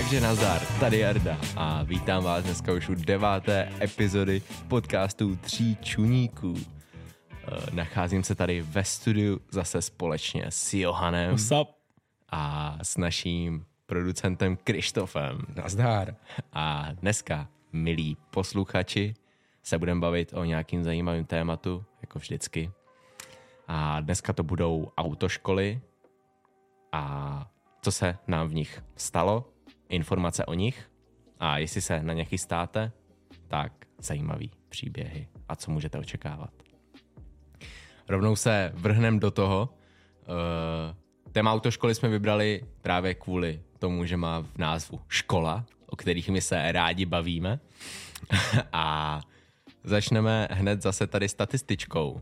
Takže nazdar, tady Jarda a vítám vás dneska už u 9. epizody podcastu Tří čuníků. Nacházím se tady ve studiu zase společně s Johanem. What's up? A s naším producentem Krištofem. Nazdar. A dneska, milí posluchači, se budeme bavit o nějakým zajímavým tématu, jako vždycky. A dneska to budou autoškoly a co se nám v nich stalo, informace o nich a jestli se na ně chystáte, tak zajímavý příběhy a co můžete očekávat. Rovnou se vrhnem do toho. Téma autoškoly jsme vybrali právě kvůli tomu, že má v názvu škola, o kterých my se rádi bavíme. A začneme hned zase tady statističkou.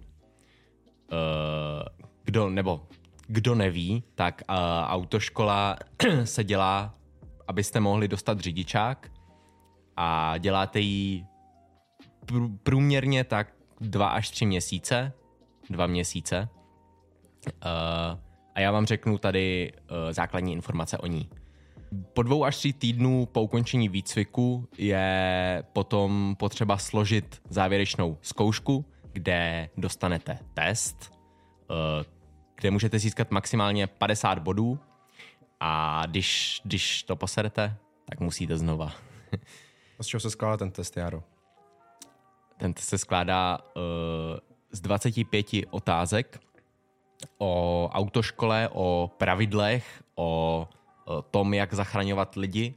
Kdo neví, tak autoškola se dělá, abyste mohli dostat řidičák a děláte ji průměrně tak 2 až 3 měsíce. 2 měsíce. A já vám řeknu tady základní informace o ní. Po 2 až 3 týdnů po ukončení výcviku je potom potřeba složit závěrečnou zkoušku, kde dostanete test, kde můžete získat maximálně 50 bodů a když to poserete, tak musíte znova. Z čeho se skládá ten test, Jaro? Ten test se skládá z 25 otázek o autoškole, o pravidlech, o tom, jak zachraňovat lidi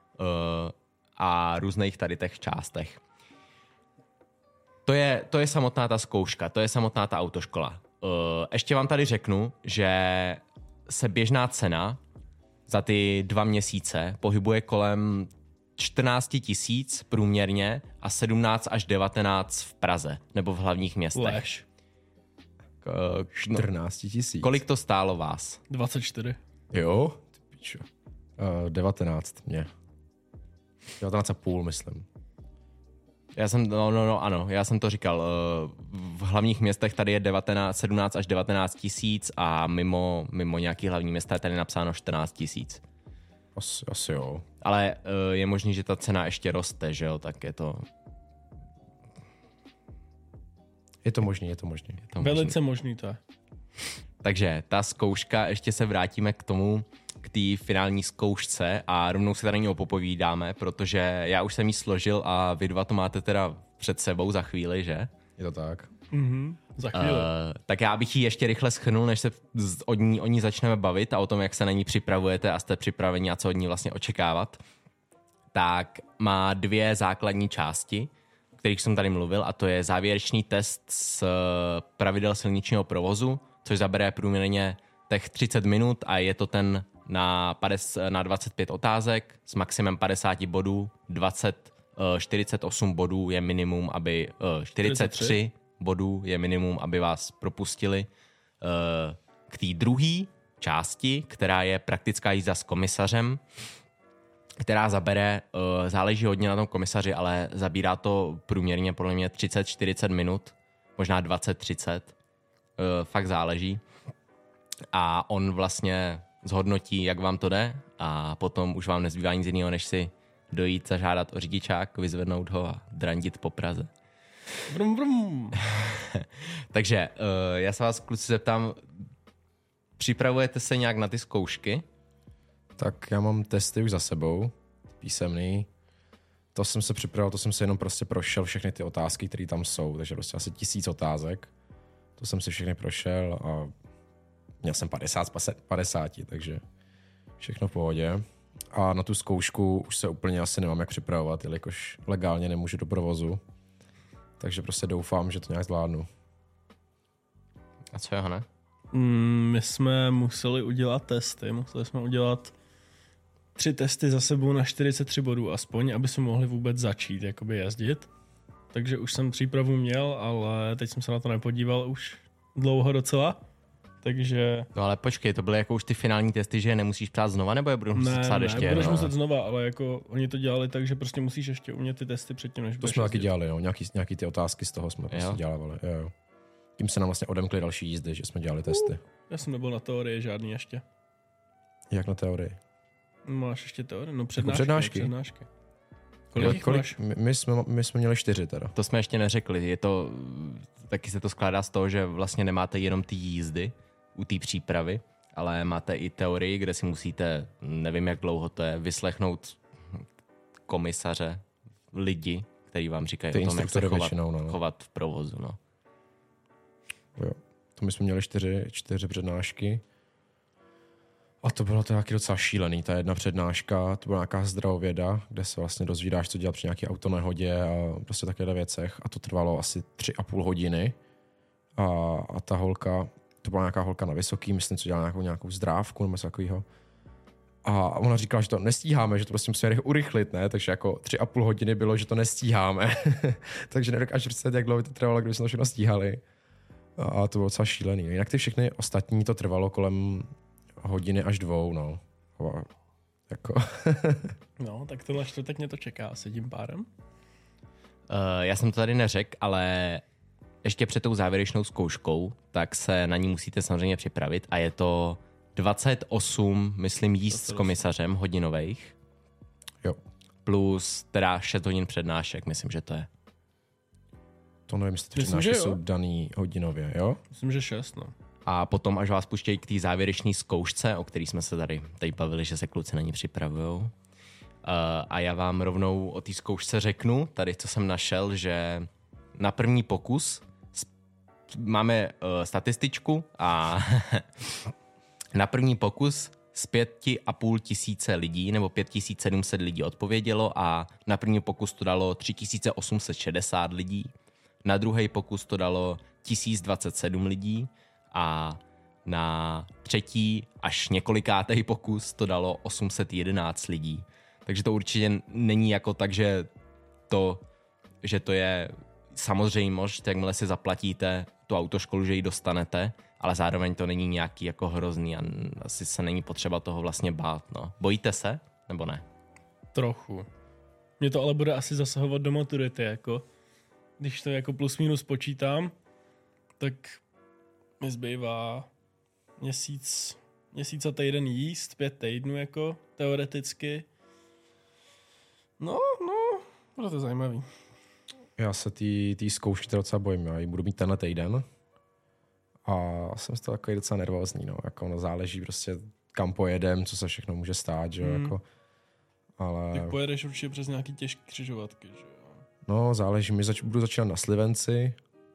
a různých tady těch částech. To je samotná ta zkouška, to je samotná ta autoškola. Ještě vám tady řeknu, že se běžná cena za ty 2 měsíce pohybuje kolem 14 000 průměrně a 17 až 19 v Praze nebo v hlavních městech. Lež. 14 000. Kolik to stálo vás? 24. Jo? Ty pičo. 19 mě. 19,5 myslím. Já jsem to říkal. V hlavních městech tady je 17 až 19 tisíc a mimo nějaký hlavní města je tady napsáno 14 000. Asi jo. Ale je možný, že ta cena ještě roste, že jo, tak je to... Je to možný. Velice možný to je. Takže ta zkouška, ještě se vrátíme k té finální zkoušce a rovnou se tady o ní popovídáme, protože já už jsem ji složil a vy dva to máte teda před sebou za chvíli, že? Je to tak. Za chvíli. Tak já bych ji ještě rychle shrnul, než se o ní začneme bavit a o tom, jak se na ní připravujete a jste připraveni a co od ní vlastně očekávat. Tak má 2 základní části, o kterých jsem tady mluvil, a to je závěrečný test z pravidel silničního provozu, což zabere průměrně těch 30 minut a je to ten na 25 otázek s maximem 50 bodů, 48 bodů je minimum, 43 bodů je minimum, aby vás propustili k té druhé části, která je praktická jízda s komisařem, která zabere, záleží hodně na tom komisaři, ale zabírá to průměrně podle mě 30-40 minut, možná 20-30, fakt záleží. A on vlastně zhodnotí, jak vám to jde a potom už vám nezbývá nic jiného, než si dojít zažádat o řidičák, vyzvednout ho a drandit po Praze. Brum, brum. Takže já se vás, kluci, zeptám, připravujete se nějak na ty zkoušky? Tak já mám testy už za sebou, písemný. To jsem se připravil, to jsem si jenom prostě prošel všechny ty otázky, které tam jsou, takže prostě asi 1000 otázek. To jsem si všechny prošel a měl jsem 50 z 50, takže všechno v pohodě. A na tu zkoušku už se úplně asi nemám jak připravovat, jelikož legálně nemůžu do provozu. Takže prostě doufám, že to nějak zvládnu. A co, Johane? My jsme museli udělat testy. Museli jsme udělat 3 testy za sebou na 43 bodů aspoň, aby jsme mohli vůbec začít jakoby jezdit. Takže už jsem přípravu měl, ale teď jsem se na to nepodíval už dlouho docela. Takže... No ale počkej, to byly jako už ty finální testy, že je nemusíš psát znova, nebo je budu muset psát ještě? Ne, budeš muset znova, ale jako oni to dělali tak, že prostě musíš ještě umět ty testy předtím, než to jsme taky dělali, no. Nějaký ty otázky z toho jsme prostě dělávali. Jo. Tím se nám vlastně odemkly další jízdy, že jsme dělali testy. Já jsem nebyl na teorii žádný ještě. Jak na teorii? Máš ještě teorie? No přednášky. Kolik máš? My jsme měli 4 teda. To jsme ještě neřekli. Taky se to skládá z toho, že vlastně nemáte jenom ty jízdy u té přípravy, ale máte i teorii, kde si musíte, nevím jak dlouho to je, vyslechnout komisaře, lidi, který vám říkají o tom, jak se chovat v provozu. No. Jo. To my jsme měli 4 přednášky. A to bylo taky docela šílený. Ta jedna přednáška, to byla nějaká zdravověda, kde se vlastně dozvídáš, co dělat při nějaké autonehodě a prostě takovýchhle věcech. A to trvalo asi 3,5 hodiny. A ta holka, to byla nějaká holka na Vysoký, myslím, co dělala nějakou zdrávku nebo něco takového. A ona říkala, že to nestíháme, že to prostě musíme urychlit, ne? Takže jako 3,5 hodiny bylo, že to nestíháme. Takže nedokážu představit, jak dlouho by to trvalo, kdyby jsme to všechno stíhali. A to bylo docela šílený. Jinak ty všechny ostatní to trvalo kolem hodiny až 2, no. Jako. No, tak tohle čtvrtek mě to čeká asi tím pádem. Já jsem to tady neřekl, ale ještě před tou závěrečnou zkouškou, tak se na ní musíte samozřejmě připravit a je to 28, myslím, jízd s komisařem hodinových. Jo. Plus teda 6 hodin přednášek, myslím, že to je. To nevím, jestli ty přednášky jsou daný hodinově, jo? Myslím, že 6, no. A potom, až vás puštějí k té závěrečné zkoušce, o který jsme se tady bavili, že se kluci na ní připravujou. A já vám rovnou o té zkoušce řeknu, tady co jsem našel, že na první pokus máme statističku a na první pokus z 5,5 tisíce lidí nebo 5700 lidí odpovědělo a na první pokus to dalo 3860 lidí. Na druhý pokus to dalo 1027 lidí a na třetí až několikátý pokus to dalo 811 lidí. Takže to určitě není jako tak, že to je samozřejmost, jakmile si zaplatíte tu autoškolu, že ji dostanete, ale zároveň to není nějaký jako hrozný a asi se není potřeba toho vlastně bát. No. Bojíte se, nebo ne? Trochu. Mě to ale bude asi zasahovat do maturity, jako. Když to jako plus minus počítám, tak mi zbývá měsíc a týden jíst, 5 týdnů jako, teoreticky. No, bude to zajímavý. Já se tý zkoušky docela bojím, já ji budu mít tenhle týden a jsem z toho takový docela nervózní, no, jako ono záleží prostě kam pojedem, co se všechno může stát, že jo, jako, ale... Tak pojedeš určitě přes nějaký těžké křižovatky, že jo? No, záleží, budu začínat na Slivenci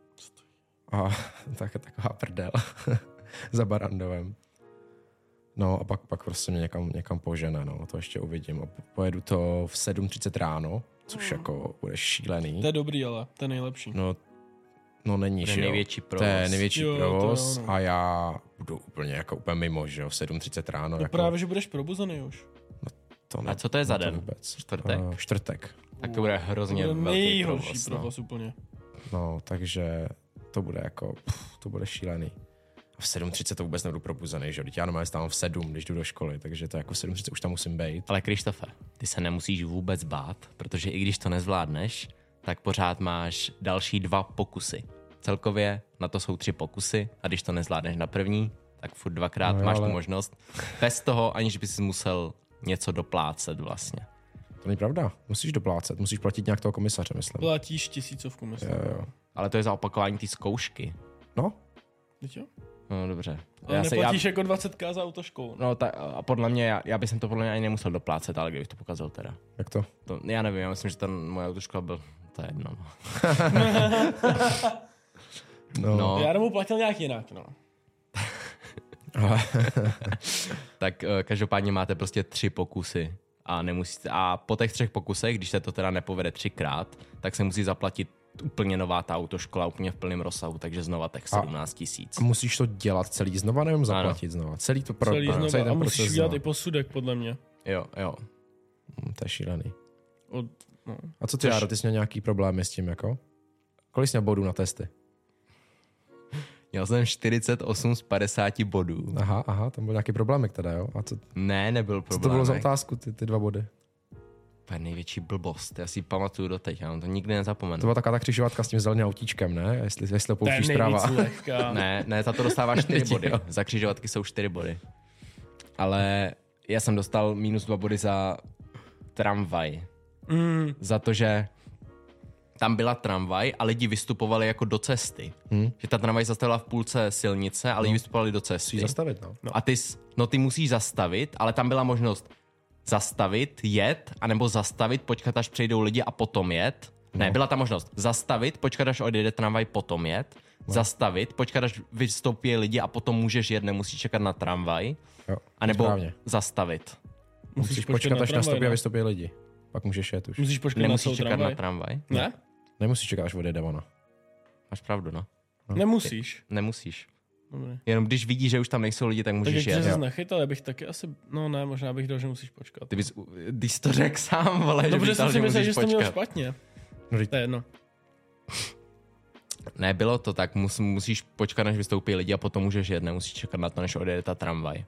a tak je taková prdel za Barandovem. No a pak prostě mě někam požene, no, to ještě uvidím. A pojedu to v 7:30 ráno, což jako bude šílený. To je dobrý, ale to je nejlepší. No není, že jo. Největší provoz. To je největší provoz no. A já budu úplně mimo, že jo, v 7:30 ráno. No jako... právě, že budeš probuzený už. No, to ne, a co to je za den? Vůbec. Čtvrtek? Čtvrtek. Tak to bude hrozně to bude velký nejhorší provoz, úplně. No, takže to bude jako, to bude šílený. A v 7:30 to vůbec nebudu probuzený, že jo. Já normálně stávám v 7, když jdu do školy, takže to jako v 7:30 už tam musím být. Ale Krištofe, ty se nemusíš vůbec bát, protože i když to nezvládneš, tak pořád máš další 2 pokusy. Celkově na to jsou 3 pokusy a když to nezvládneš na první, tak furt 2krát máš tu možnost. Bez toho, aniž bys musel něco doplácet vlastně. To není pravda. Musíš doplácet, musíš platit nějak toho komisaře, myslím. Platíš 1000, myslím. Jo. Ale to je za opakování té zkoušky. No. Víš jo? No dobře. Ale neplatíš jako 20k za autoškolu. No a podle mě, já bych to podle mě ani nemusel doplácet, ale kdybych to pokazil teda. Jak to? Já nevím, já myslím, že ta moje autoškola byl, to je jedno. No. Já mu platil nějak jinak, no. Tak každopádně máte prostě 3 pokusy a nemusíte. A po těch 3 pokusech, když se to teda nepovede 3krát, tak se musí zaplatit úplně nová ta autoškola, úplně v plném rozsahu, takže znova těch 17 000. A musíš to dělat celý znova, nevím zaplatit znova. Celý to celý znova. A musíš dělat i posudek, podle mě. Jo. To je šílený. No. A co ty, Járo, ty jsi měl nějaký problémy s tím, jako? Kolik jsi měl bodů na testy? Měl jsem 48 z 50 bodů. Aha, tam byl nějaký problémek teda, jo? A co? Ne, nebyl problém. Co to bylo za otázku, ty 2 body? To je největší blbost, já si ji pamatuju doteď, já to nikdy nezapomenu. To byla taková ta křižovatka s tím zeleným autíčkem, ne? Jestli pouštíš zpráva. Ne, za to dostáváš 4 body. Za křižovatky jsou 4 body. Ale já jsem dostal -2 body za tramvaj. Za to, že tam byla tramvaj a lidi vystupovali jako do cesty. Že ta tramvaj zastavila v půlce silnice a lidi vystupovali do cesty. Musíš zastavit, no. A ty musíš zastavit, ale tam byla možnost zastavit, jet, anebo zastavit, počkat, až přejdou lidi a potom jet. Ne, byla tam možnost zastavit, počkat, až odjede tramvaj, potom jet. Zastavit, počkat, až vystoupí lidi a potom můžeš jet, nemusíš čekat na tramvaj. Jo, anebo správně. zastavit. Musíš počkat, až nastoupí a vystoupí lidi. Pak můžeš jet už. Musíš počkat Nemusíš čekat tramvaj. na tramvaj. Ne? Nemusíš čekat, až odjede ona. Máš pravdu, no. Nemusíš. Nemusíš. Dobrý. Jenom když vidíš, že už tam nejsou lidi, tak Tak můžeš jak jet. jsi nechytal, já bych taky asi, no ne, možná bych dal, že musíš počkat. Ty jsi to řekl sám, vole, No, protože jsem si myslel, že jsi to měl počkat. špatně. No, To je jedno. Ne, bylo to tak, musíš počkat, než vystoupí lidi a potom můžeš jet, nemusíš čekat na to, než odjede ta tramvaj.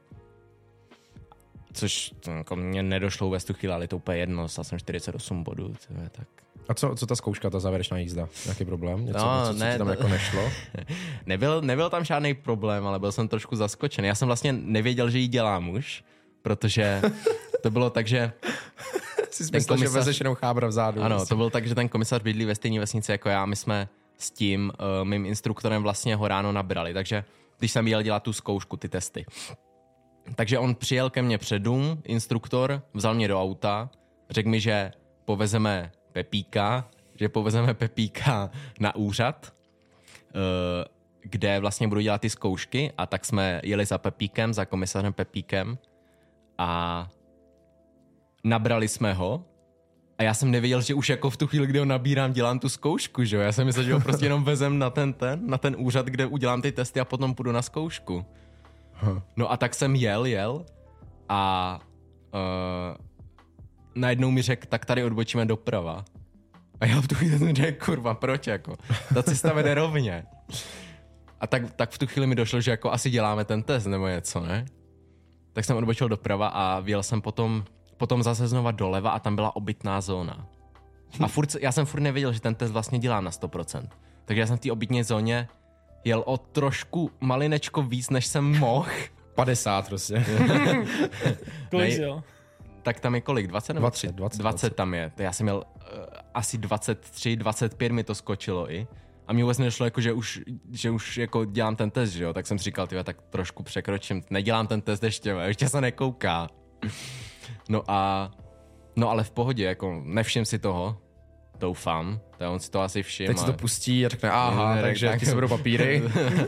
Což to, jako mě nedošlo vůbec tu chvíli, ale je to úplně jedno, dostal jsem 48 bodů, tak. A co ta zkouška, ta závěrečná jízda? Nějaký problém? Něco, No, co ti tam jako nešlo? Nebyl tam žádný problém, ale byl jsem trošku zaskočený. Já jsem vlastně nevěděl, že ji dělám už, protože to bylo tak, že Jsi myslel, že vezeš jenom chábra vzadu. ano, to bylo tak, že ten komisař bydlí ve stejné vesnici jako já. My jsme s tím mým instruktorem vlastně ho ráno nabrali, takže když jsem jel dělat tu zkoušku, ty testy. Takže on přijel ke mně před dům, instruktor, vzal mě do auta, řekl mi, že povezeme Pepíka na úřad, kde vlastně budu dělat ty zkoušky, a tak jsme jeli za Pepíkem, za komisařem Pepíkem a nabrali jsme ho a já jsem nevěděl, že už jako v tu chvíli, kdy ho nabírám, dělám tu zkoušku, že jo? Já jsem myslel, že ho prostě jenom vezem na ten úřad, kde udělám ty testy a potom půjdu na zkoušku. No a tak jsem jel a najednou mi řekl, tak tady odbočíme doprava. A já v tu chvíli jsem řekl, kurva, proč jako? Ta cesta vede rovně. A tak v tu chvíli mi došlo, že jako asi děláme ten test nebo něco, ne? Tak jsem odbočil doprava a vyjel jsem potom zase znova doleva a tam byla obytná zóna. A já jsem furt nevěděl, že ten test vlastně dělám na 100%. Takže já jsem v té obytné zóně jel o trošku malinečko víc, než jsem mohl. 50 prostě. Kolik jsi jel? Tak tam je kolik? 20 nebo 20 tam je. Já jsem měl asi 23, 25 mi to skočilo i. A mi vůbec nešlo, jako, že už jako dělám ten test, že jo? Tak jsem si říkal, tyhle, tak trošku překročím. Nedělám ten test ještě se nekouká. No ale v pohodě, jako nevšim si toho. Doufám. On si to asi všim. Teď si to pustí a řekne, aha, takže tak ty se budou papíry.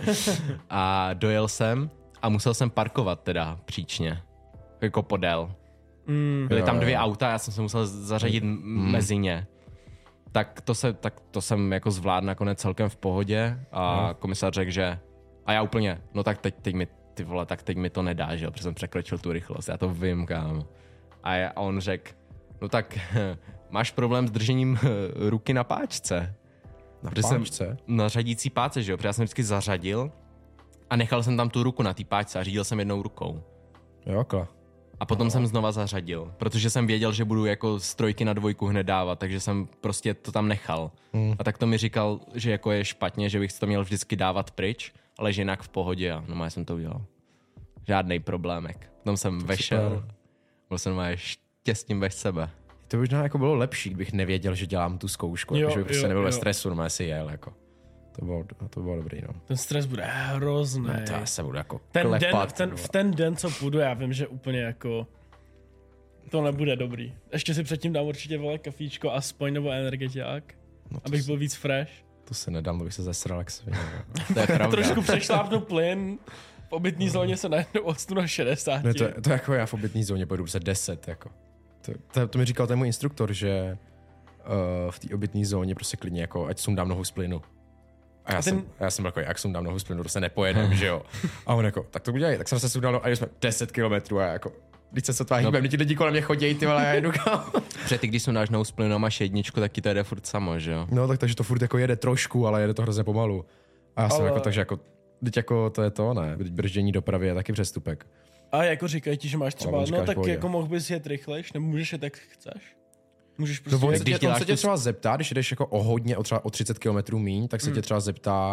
A dojel jsem a musel jsem parkovat teda příčně. Jako podél. Byly tam 2 auta, já jsem se musel zařadit mezi ně. Tak to jsem jako zvládl nakonec celkem v pohodě a komisař řekl, že a já úplně, no tak teď mi to nedá, že jo, protože jsem překročil tu rychlost, já to vím, kámo. A on řekl, no tak máš problém s držením ruky na páčce. Na páčce? Na řadící páce, že jo, protože já jsem vždycky zařadil a nechal jsem tam tu ruku na té páčce a řídil jsem jednou rukou. Jo, kla. A potom jsem znova zařadil, protože jsem věděl, že budu jako z 3 na 2 hned dávat, takže jsem prostě to tam nechal. A tak to mi říkal, že jako je špatně, že bych to měl vždycky dávat pryč, ale že jinak v pohodě a no jsem to udělal. Žádnej problémek. Potom jsem vešel, byl jsem štěstím bez sebe. To by možná jako bylo lepší, kdybych nevěděl, že dělám tu zkoušku, že bych prostě nebyl ve stresu, no si jel, jako. To bylo dobrý, no. Ten stres bude hrozný. No, to já se budu jako v ten den, co půjdu, já vím, že úplně jako to nebude dobrý. Ještě si předtím dám určitě vole kafíčko aspoň nebo energetiák, abych byl víc fresh. To se nedám, to bych se zesral jak svině. To je pravda. Trošku přešlápnu plyn, v obytné zóně se najednou odstnu na 60. Ne, to jako já v obytné zóně pojedu se 10, jako. To mi říkal ten můj instruktor, že v té obytné zóně prostě klidně jako, ať sundám nohu z plynu. A já jsem jako, jak sundám nohu z plynu, to se nepojedem, že jo. A on jako, tak to udělej, tak jsem se sundal, a jsme 10 kilometrů a jako, když se sotva hýbem, ti lidi kolem mě chodí, ty vole, já jedu kam. Protože ty, když sundáš nohu z plynu a máš 1, tak ti to jede furt samo, že jo. No takže to furt jako jede trošku, ale jede to hrozně pomalu. A já jsem jako, takže jako, teď jako to je to, ne, brždění dopravy je taky přestupek. A jako říkají ti, že máš třeba, říkáš, no tak pohodě. jako mohl bys jet rychlejš, nebo můžeš jet jak chceš. Můžeš prostě... No, on se tě třeba zeptá, když jdeš jako o hodně, třeba o 30 km míň, tak se tě třeba zeptá,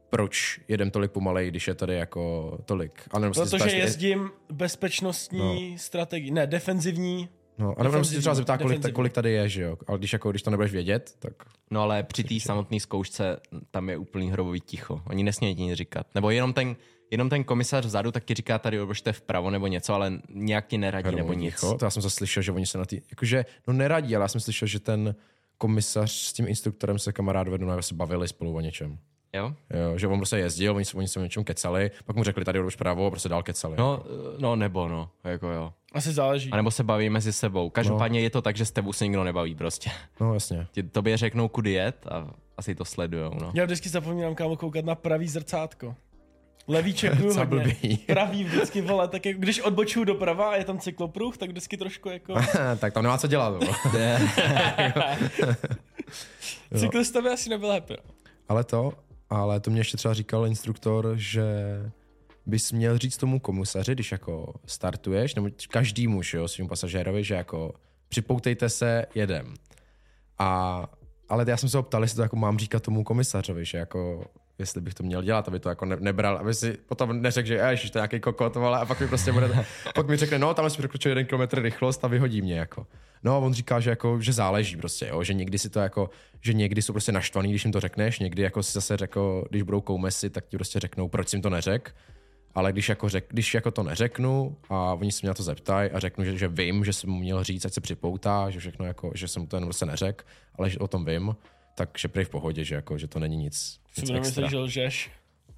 proč jedem tolik pomalej, když je tady jako tolik. Ale protože jezdím bezpečnostní strategii, ne, defenzivní. No, a nebo se třeba zeptá, kolik tady je, že jo? Ale když to nebudeš vědět, tak... No ale při té samotné zkoušce tam je úplný hrobový ticho. Oni nesmějí nic říkat. Nebo jenom ten komisař vzadu tak ti říká tady odbočte vpravo nebo něco, ale nějak ti neradí nebo nic. To já jsem se slyšel, že oni se na ty... Jakože, no neradí, ale já jsem slyšel, že ten komisař s tím instruktorem se kamarád vedou, se bavili spolu o něčem. Jo, že on prostě jezdil, oni se o něčem kecali, pak mu řekli tady odboč vpravo a prostě dál kecali. No nebo no, jako jo. Asi záleží. A nebo se baví mezi sebou. Každopádně je to tak, že s tebou se nikdo nebaví prostě. No jasně. Tobě řeknou, kudy jet a asi to sledujou, no. Já vždycky zapomínám, kámo, koukat na pravý zrcátko. Levý čekuju hodně. Pravý vždycky, vole, tak jako když odbočuju doprava a je tam cyklopruh, tak vždycky trošku jako... Tak tam nemá co dělat. Cyklista by asi nebyl happy. Ale to mě ještě třeba říkal instruktor, že bys měl říct tomu komisaři, když jako startuješ, nebo každému, svým pasažérovi, že jako připoutejte se, jedem. Ale já jsem se ho ptal, jestli to jako mám říkat tomu komisařovi, že jako jestli bych to měl dělat, aby to jako nebral, aby si potom neřekl, že ježiš, to je nějaký kokot, vole, a pak mi prostě bude, pak mi řekne, no, tam jsem překročil 1 kilometr rychlost a vyhodí mě, jako. No a on říká, že jako, že záleží prostě, jo, že někdy si to jako, že někdy jsou prostě naštvaný, když jim to řekneš, někdy jako si zase řekl, když budou koumesi, tak ti prostě řeknou, proč jim to neřek, ale když jako to neřeknu a oni se mě na to zeptají a řeknu, že vím, že jsem mu měl říct, ať se připoutá, že všechno jako, že jsem to jenom prostě neřekl, ale že o tom vím, takže prej v pohodě, že jako, že to není nic extra. Myslíš, že lžeš?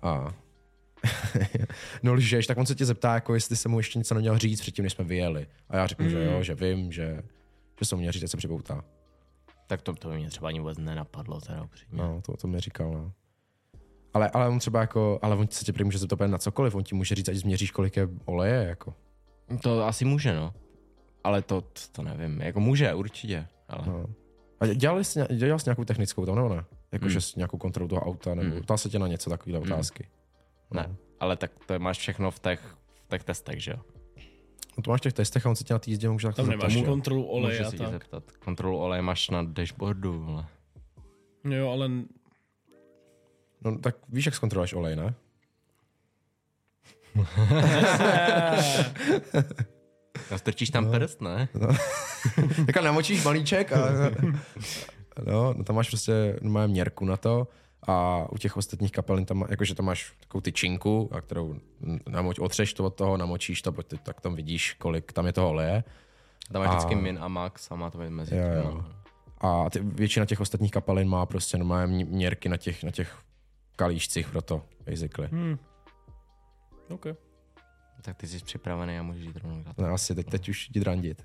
No lžeš, tak on se tě zeptá, jako jestli jsem mu ještě něco neměl říct předtím, než jsme vyjeli. A já řeknu, že jo, že vím, že jsem mu měl říct, ať se připoutá. Tak to by mě třeba ani vůbec nenapadlo, teda upřímně. No, to mi říkal, no. Ale on třeba jako, ale on se tě prý může zeptat na cokoliv, on ti může říct, ať změříš, kolik je oleje, jako. To asi může, no. Ale to nevím, jako může, určitě, ale... No. A dělal jsi nějakou technickou tam, nebo ne? Jakože s nějakou kontrolu toho auta, nebo ptal se tě na něco takovýhle otázky? Ne, ale tak to máš všechno v těch testech, že jo? No to máš v těch testech a on se tě na té jízdě může takto zeptat. Tam nemáš kontrolu oleje a tak. Zeptat. Kontrolu oleje máš na dashboardu, ale... Jo, ale... No tak víš, jak zkontroluješ olej, ne? Strčíš tam prst, ne? No. Takhle namočíš balíček a... No, tam máš prostě měrku na to a u těch ostatních kapelin tam, jakože tam máš takovou tyčinku, a kterou otřeš to od toho, namočíš to, tak tam vidíš, kolik tam je toho oleje. Tam máš vždycky min a max a má to být mezi tím. A většina těch ostatních kapelin má prostě normálně měrky na těch kalíšcích pro to, basically. OK. Tak ty jsi připravený a můžeš jít rovnou. No asi, teď už jít randit.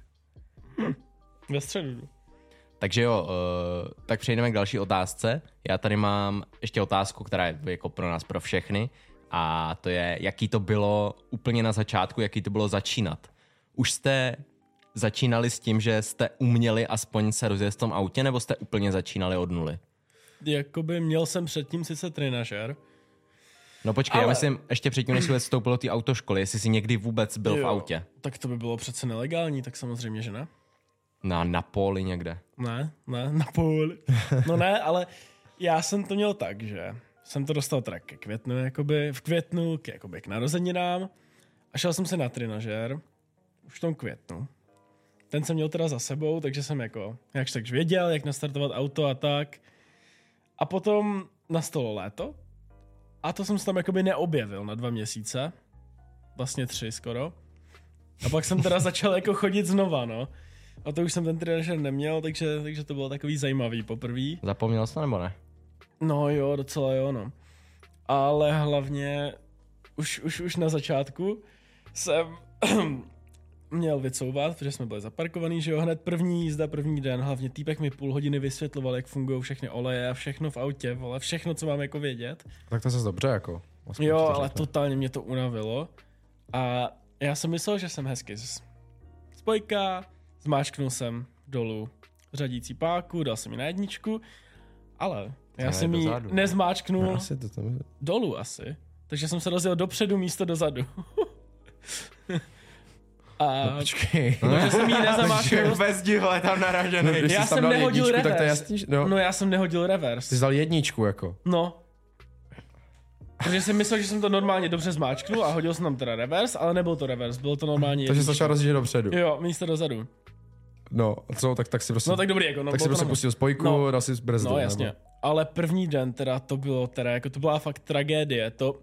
Ve středu. Takže jo, tak přejdeme k další otázce. Já tady mám ještě otázku, která je jako pro nás, pro všechny. A to je, jaký to bylo úplně na začátku, jaký to bylo začínat. Už jste začínali s tím, že jste uměli aspoň se rozjet v tom autě, nebo jste úplně začínali od nuly? Jakoby měl jsem předtím sice trenažér. No počkej, já myslím, ještě předtím, než jsi vstoupil do té autoškoly, jestli jsi někdy vůbec byl v autě. Tak to by bylo přece nelegální, tak samozřejmě, že ne. Na poli někde. Ne, na poli. No ne, ale já jsem to měl tak, že jsem to dostal teda ke květnu, v květnu k narozeninám a šel jsem se na trenažér už v tom květnu. Ten jsem měl teda za sebou, takže jsem jako jakž takž věděl, jak nastartovat auto a tak. A potom nastalo léto a to jsem se tam jakoby neobjevil na 2 měsíce. Vlastně 3 skoro. A pak jsem teda začal jako chodit znova, no. A to už jsem ten trenažér neměl, takže to bylo takový zajímavý poprvé. Zapomněl jsi nebo ne? No jo, docela jo, no. Ale hlavně už na začátku jsem měl vycouvat, protože jsme byli zaparkovaný, že jo, hned první jízda, první den, hlavně týpek mi půl hodiny vysvětloval, jak fungují všechny oleje a všechno v autě, vole, všechno, co mám jako vědět. Tak to zase dobře, jako. Jo, ale totálně mě to unavilo a já jsem myslel, že jsem hezky spojka, zmáčknul jsem dolů řadící páku, dal jsem ji na 1, ale já jsem ji nezmáčknul dolů asi, takže jsem se rozjel dopředu místo dozadu. A no, počkej. Takže jsem jí nezamáčknul. Bez dihle tam naražený. Já jsem nehodil reverse. Tak to je jasný, no já jsem nehodil reverse. Ty jsi dal 1, jako. No. Protože jsem myslel, že jsem to normálně dobře zmáčknul a hodil jsem tam teda reverse, ale nebyl to reverse, bylo to normálně Takže jednička. začal rozjíždět dopředu. Jo, místo dozadu. No, co, tak si prostě... No tak dobrý, jako no. tak si prostě pustil spojku, No. dal si brzdu. No jasně. Nebo... Ale první den teda to bylo teda, jako to byla fakt tragédie, to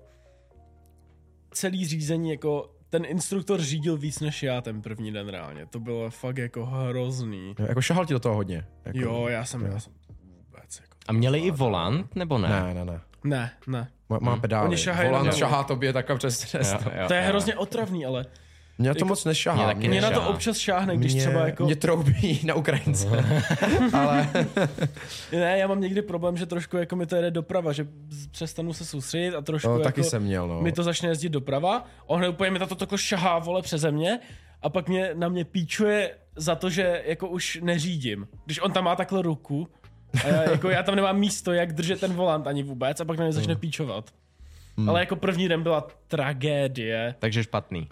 celý řízení, jako ten instruktor řídil víc než já ten první den reálně, to bylo fakt jako hrozný. Jako šahal ti do toho hodně. Jako... Jo, já jsem vůbec jako... A měli i volant, nebo ne? Ne. Ne. Má pedály. Oni šahají Volant na šahá tobě takhle přes cest. To je hrozně otravný, ale Mě to moc nešahá. Mě taky mě na to nešahá. občas šáhne, když třeba jako... Mě troubí na Ukrajince. Ale... Ne, já mám někdy problém, že trošku jako mi to jede doprava, že přestanu se soustředit a trošku No, jako taky jsem měl, no. mi to začne jezdit doprava, on úplně mi to takhle šahá, vole, přeze mě a pak na mě píčuje za to, že jako už neřídím. Když on tam má takhle ruku a já tam nemám místo, jak držet ten volant ani vůbec a pak na mě začne píčovat. Ale jako první den byla tragédie. Takže špatný.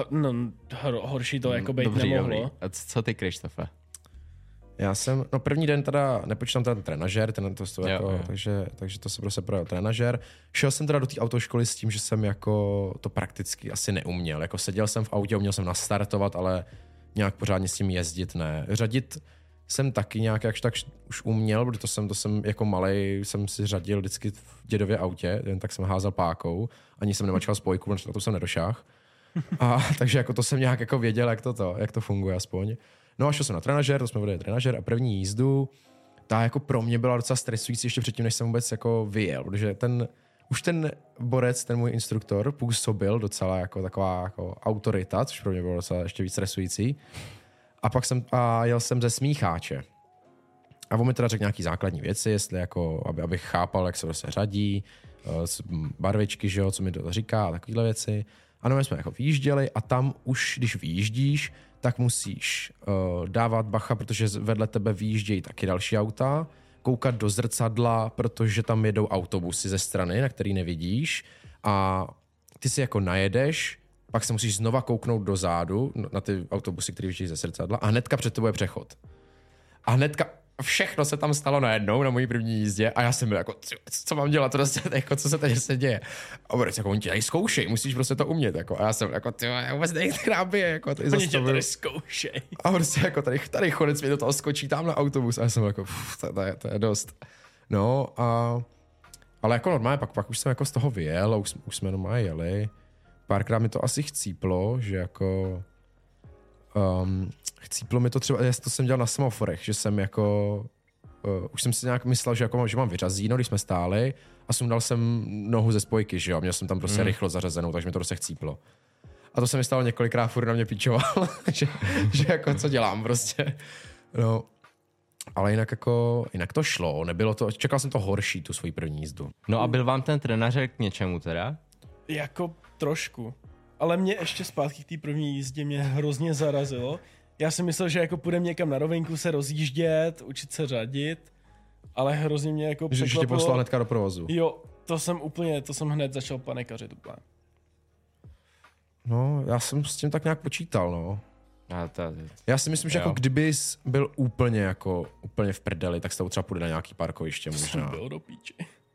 Horší to jako být Dobrý, nemohlo. dobrý. A co ty, Krištofe? Já jsem, no první den teda, nepočítám ten trenažér, Jo. takže to se prostě projel trenažér. Šel jsem teda do té autoškoly s tím, že jsem jako to prakticky asi neuměl. Jako seděl jsem v autě, uměl jsem nastartovat, ale nějak pořádně s tím jezdit ne. Řadit jsem taky nějak jakž tak už uměl, protože to jsem jako malej, jsem si řadil vždycky v dědově autě, jen tak jsem házel pákou, ani jsem nemačkal spojku, protože na to jsem nedošáhl. A takže jako to jsem nějak jako věděl, jak to funguje aspoň. No a šel jsem na trenažér, to jsme vodili trenažér a první jízdu, ta jako pro mě byla docela stresující ještě předtím, než jsem vůbec jako vyjel, protože už ten borec, ten můj instruktor, působil docela jako taková jako autorita, což pro mě bylo docela ještě víc stresující. A pak jel jsem ze smícháče. A on mi teda řekl nějaký základní věci, jestli jako, abych chápal, jak se prostě řadí, barvičky, že jo, co mi to říká a takovéhle věci. A my jsme jako vyjížděli a tam už, když vyjíždíš, tak musíš dávat bacha, protože vedle tebe vyjíždějí taky další auta, koukat do zrcadla, protože tam jedou autobusy ze strany, na který nevidíš a ty si jako najedeš, pak se musíš znova kouknout dozadu na ty autobusy, které vyjíždějí ze zrcadla a hnedka před tebou je přechod. A hnedka všechno se tam stalo najednou na mojí první jízdě a já jsem byl jako, co mám dělat, jako, co se tady se děje. A bude jako, oni tě tady zkoušej, musíš prostě to umět. Jako. A já jsem jako, já vůbec nevím, která by je. Jako, Oni tě tady zkoušej. A prostě jako tady chodec mi do toho skočí tam na autobus a já jsem jako, to je dost. No ale jako normálně, pak už jsem jako z toho vyjel a už jsme normálně jeli. Párkrát mi to asi chcíplo, že jako... chcíplo mi to třeba, to jsem dělal na semaforech, že jsem jako, už jsem si nějak myslel, že mám vyřazíno, když jsme stáli a sundal jsem nohu ze spojky, že jo, měl jsem tam prostě rychlo zařazenou, takže mi to prostě chcíplo. A to se mi stalo několikrát, furt na mě píčoval, že jako co dělám prostě. No, ale jinak to šlo, nebylo to, čekal jsem to horší, tu svoji první jízdu. No a byl vám ten trenažer k něčemu teda? Jako trošku. Ale mě ještě zpátky k té první jízdě mě hrozně zarazilo. Já si myslel, že jako půjdem někam na rovinku se rozjíždět, učit se řadit, ale hrozně mě jako překvapilo. Že tě poslal hnedka do provozu. Jo, to jsem hned začal panikařit úplně. No, já jsem s tím tak nějak počítal, no. Já si myslím, že jako kdybys byl úplně v prdeli, tak se to třeba půjde na nějaký parkoviště možná. Jsem byl do píči.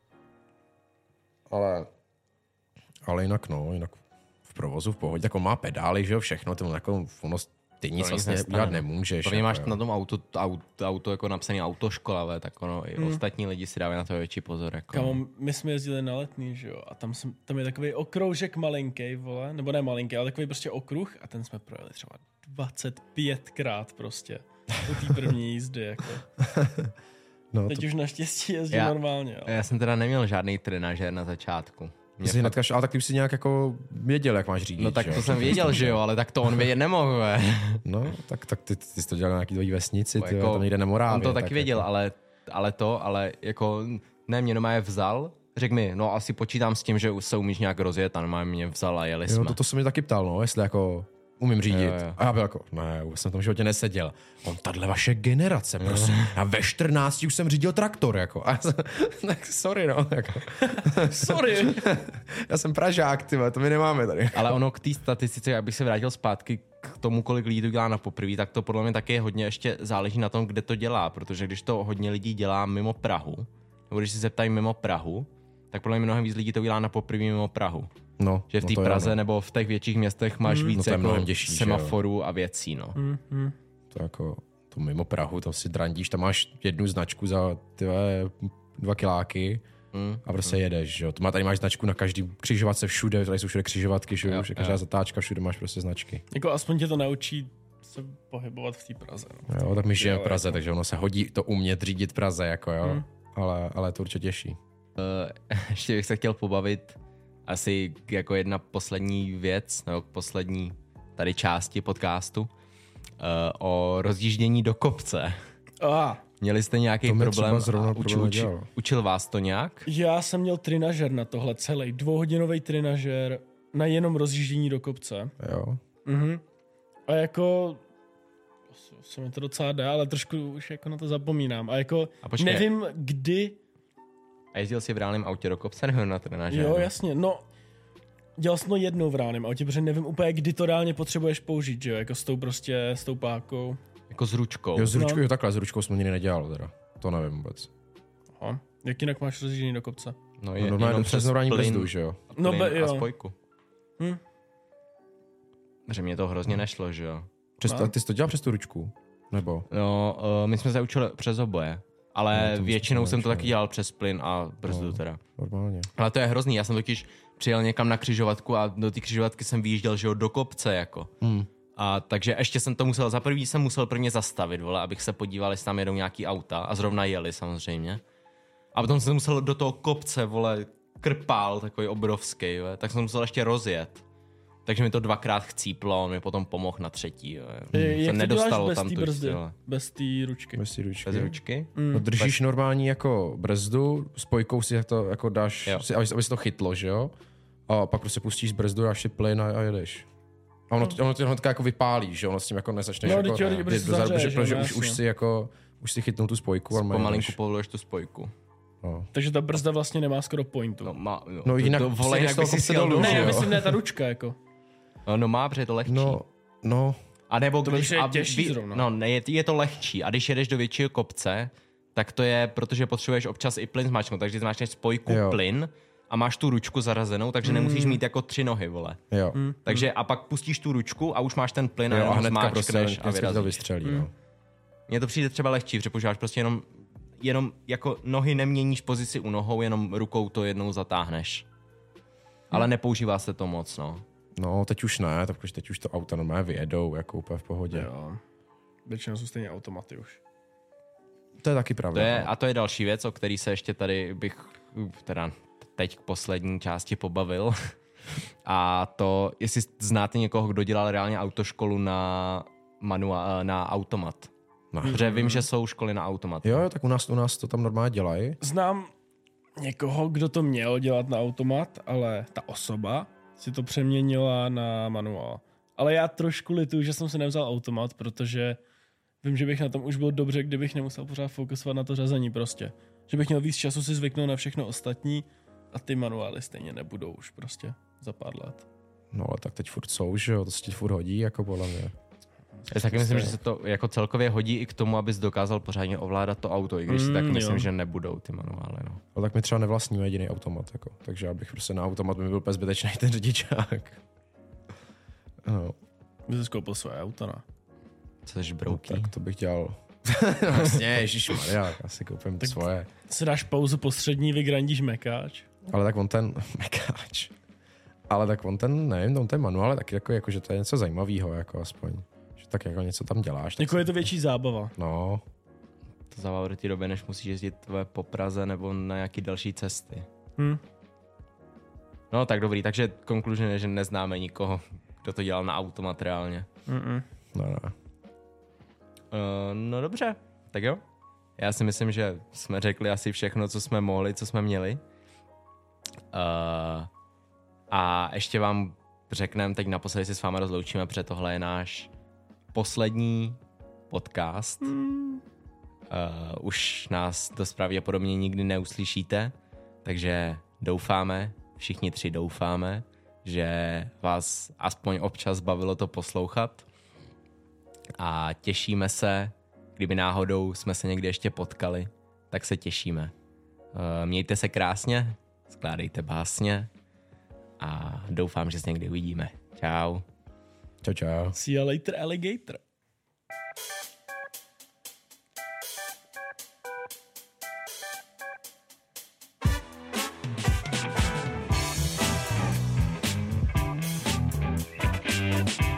Ale jinak v provozu v pohodě, tak on má pedály, že jo, všechno, ty nic vlastně udělat nemůžeš. Prvně máš na tom auto jako napsaný autoškola, ale tak ono, i ostatní lidi si dávají na to větší pozor. Jako. Kámo, my jsme jezdili na Letný, že jo, a tam je takový okroužek malinký, vole, nebo ne malinký, ale takový prostě okruh a ten jsme projeli třeba 25krát prostě u té první jízdy, jako. No, teď už naštěstí jezdí normálně. Ale... Já jsem teda neměl žádný trenažér na začátku. Ale tak ty už si nějak jako věděl, jak máš řídit. No tak to jsem věděl, že jo, ale tak to on vědět nemohl. No, tak ty jsi to dělal na nějaký dvojí vesnici, ty jako, tam někde na Morávě. On to taky věděl, jako... ale jako ne, mě normálně vzal, řekl mi, no asi počítám s tím, že se umíš nějak rozjet a normálně mě vzal a jeli jsme. To se mě taky ptal, no, jestli jako umím řídit. Jo. A já byl jako, ne, vůbec jsem v tom životě neseděl. On, tahle vaše generace, prostě. Já ve 14 už jsem řídil traktor, jako. A tak sorry, no. Jako. Sorry. Já jsem Pražák, tyhle, to my nemáme tady. Ale ono k té statistice, abych se vrátil zpátky k tomu, kolik lidí to dělá na poprvé, tak to podle mě taky hodně ještě záleží na tom, kde to dělá, protože když to hodně lidí dělá mimo Prahu, nebo když si zeptají mimo Prahu, tak podle mě mnohem víc lidí to udělá na poprvé mimo Prahu. No, Že v té to jo, Praze no. nebo v těch větších městech máš víc to je jako mnohem těžší, že jo. semaforů a věcí, no. To jako, to mimo Prahu, to si drandíš, tam máš jednu značku za ty 2 kiláky a prostě jedeš, že jo. Tady máš značku na každý křižovatce všude, tady jsou všude křižovatky, všude, každá zatáčka, všude máš prostě značky. Jako aspoň tě to naučí se pohybovat v té Praze. No. Jo, tak my žijeme v Praze, takže ono se hodí to umět řídit v Praze, jako jo. Ale to určitě těžší. Ještě bych se chtěl pobavit asi jako jedna poslední věc, nebo poslední tady části podcastu, o rozjíždění do kopce. Měli jste nějaký To mě problém? třeba zrovna problém nedělalo. Učil vás to nějak? Já jsem měl trinažer na tohle celý, 2hodinový trinažer na jenom rozjíždění do kopce. Jo. A jako se mi to docela dá, ale trošku už jako na to zapomínám. A jako počkej. nevím kdy. A jezdil jsi v reálném autě do kopce nebo na trenažéru? Jo, jasně, no. Dělal jsem to jednou v reálném autě, protože nevím úplně, kdy to reálně potřebuješ použít, že jo, jako s tou pákou. Jako s ručkou. Jo, s ručkou, jo, takhle, s ručkou jsem nikdy nedělal teda. To nevím vůbec. Aha. Jak jinak máš rozjíždění do kopce? No, Normálně přes normální brzdu, že jo. No, a spojku. Že mě to hrozně nešlo, že jo. Ty jsi to dělal přes tu ručku? Nebo? No, my jsme se učili přes oboje. Ale většinou jsem to taky dělal přes plyn a brzdu teda. Normálně. Ale to je hrozný, já jsem totiž přijel někam na křižovatku a do té křižovatky jsem vyjížděl, že jo, do kopce jako. A takže ještě jsem to musel, jsem musel prvně zastavit, vole, abych se podíval, jestli tam jedou nějaký auta a zrovna jeli samozřejmě. A potom jsem musel do toho kopce, vole, krpál takový obrovský, vole, tak jsem musel ještě rozjet. Takže mi to 2krát chcíplo, on mi potom pomohl na 3. Jak to děláš bez tam té tu brzdy? vole. Bez té ručky? Bez té ručky. Bez ručky? No, držíš normální jako brzdu, spojkou si to jako dáš, aby se to chytlo, že jo? A pak prostě pustíš brzdu, dáš si plyn a jedeš. A ono to jako vypálí, že ono s tím jako nezačneš no, jako protože už si chytnul tu spojku. Pomalinku povoluješ tu spojku. No. Takže ta brzda vlastně nemá skoro pointu. No jinak to vole, jinak by si se dolů, ne, že já jo? myslím, ne ta ručka, jako. No má, protože je to lehčí. No. A nebo to když... je těžší zrovna. No, ne, je to lehčí. A když jedeš do většího kopce, tak to je, protože potřebuješ občas i plyn zmáčknout. Takže zmáčkneš spojku, plyn a máš tu ručku zarazenou, takže nemusíš mít jako 3 nohy, vole. Jo. Takže a pak pustíš tu ručku a už máš ten plyn a hnedka zmáčkneš a vyrazíš. to vystřelí, no. Mně to přijde třeba lehčí, protože používáš prostě jenom jako nohy neměníš pozici u nohou, jenom rukou to jednou zatáhneš. Ale nepoužívá se to moc, no. No, teď už ne, protože teď už to auta normálně vyjedou, jako úplně v pohodě. Jo. Většinou jsou stejně automaty už. To je taky pravda. A to je další věc, o který se ještě tady bych teda teď k poslední části pobavil. A to, jestli znáte někoho, kdo dělal reálně autoškolu na automat. No. Protože vím, že jsou školy na automat. Jo, tak u nás to tam normálně dělají. Znám někoho, kdo to měl dělat na automat, ale ta osoba si to přeměnila na manuál. Ale já trošku lituju, že jsem se nevzal automat, protože vím, že bych na tom už byl dobře, kdybych nemusel pořád fokusovat na to řazení prostě. Že bych měl víc času si zvyknout na všechno ostatní a ty manuály stejně nebudou už prostě za pár let. No ale tak teď furt jsou, že jo, to se ti furt hodí, jako podle mě. Já taky myslím, že se to jako celkově hodí i k tomu, abys dokázal pořádně ovládat to auto, i když si tak myslím, že nebudou ty manuály. No. Ale tak my třeba nevlastníme jediný automat, jako. Takže já bych prostě na automat by byl úplně zbytečný ten řidičák. No. By jsi koupil své auto, no. Což brouký. Tak to bych dělal. Vlastně, ježišmarja, já si koupím tak svoje. Si dáš pauzu postřední, vygrandíš mekáč. Ale tak on ten mekáč. Ale tak on ten, nevím, on ten manuál je taky jako, že to je něco zajímavého, jako aspoň. Že tak jako něco tam děláš. Jako je to větší zábava. No. To zábava do té doby, než musíš jezdit po Praze nebo na nějaký další cesty. No tak dobrý, takže conclusion je, že neznáme nikoho, kdo to dělal na automat reálně. No. No dobře, tak jo. Já si myslím, že jsme řekli asi všechno, co jsme mohli, co jsme měli. A ještě vám řekneme, teď naposledy si s vámi rozloučíme, protože tohle je náš poslední podcast. Už nás dost pravděpodobně nikdy neuslyšíte, takže doufáme, všichni 3 doufáme, že vás aspoň občas bavilo to poslouchat. A těšíme se, kdyby náhodou jsme se někdy ještě potkali, tak se těšíme. Mějte se krásně skládejte básně a doufám, že se někdy uvidíme. Čau. Čau, čau. See you later, alligator.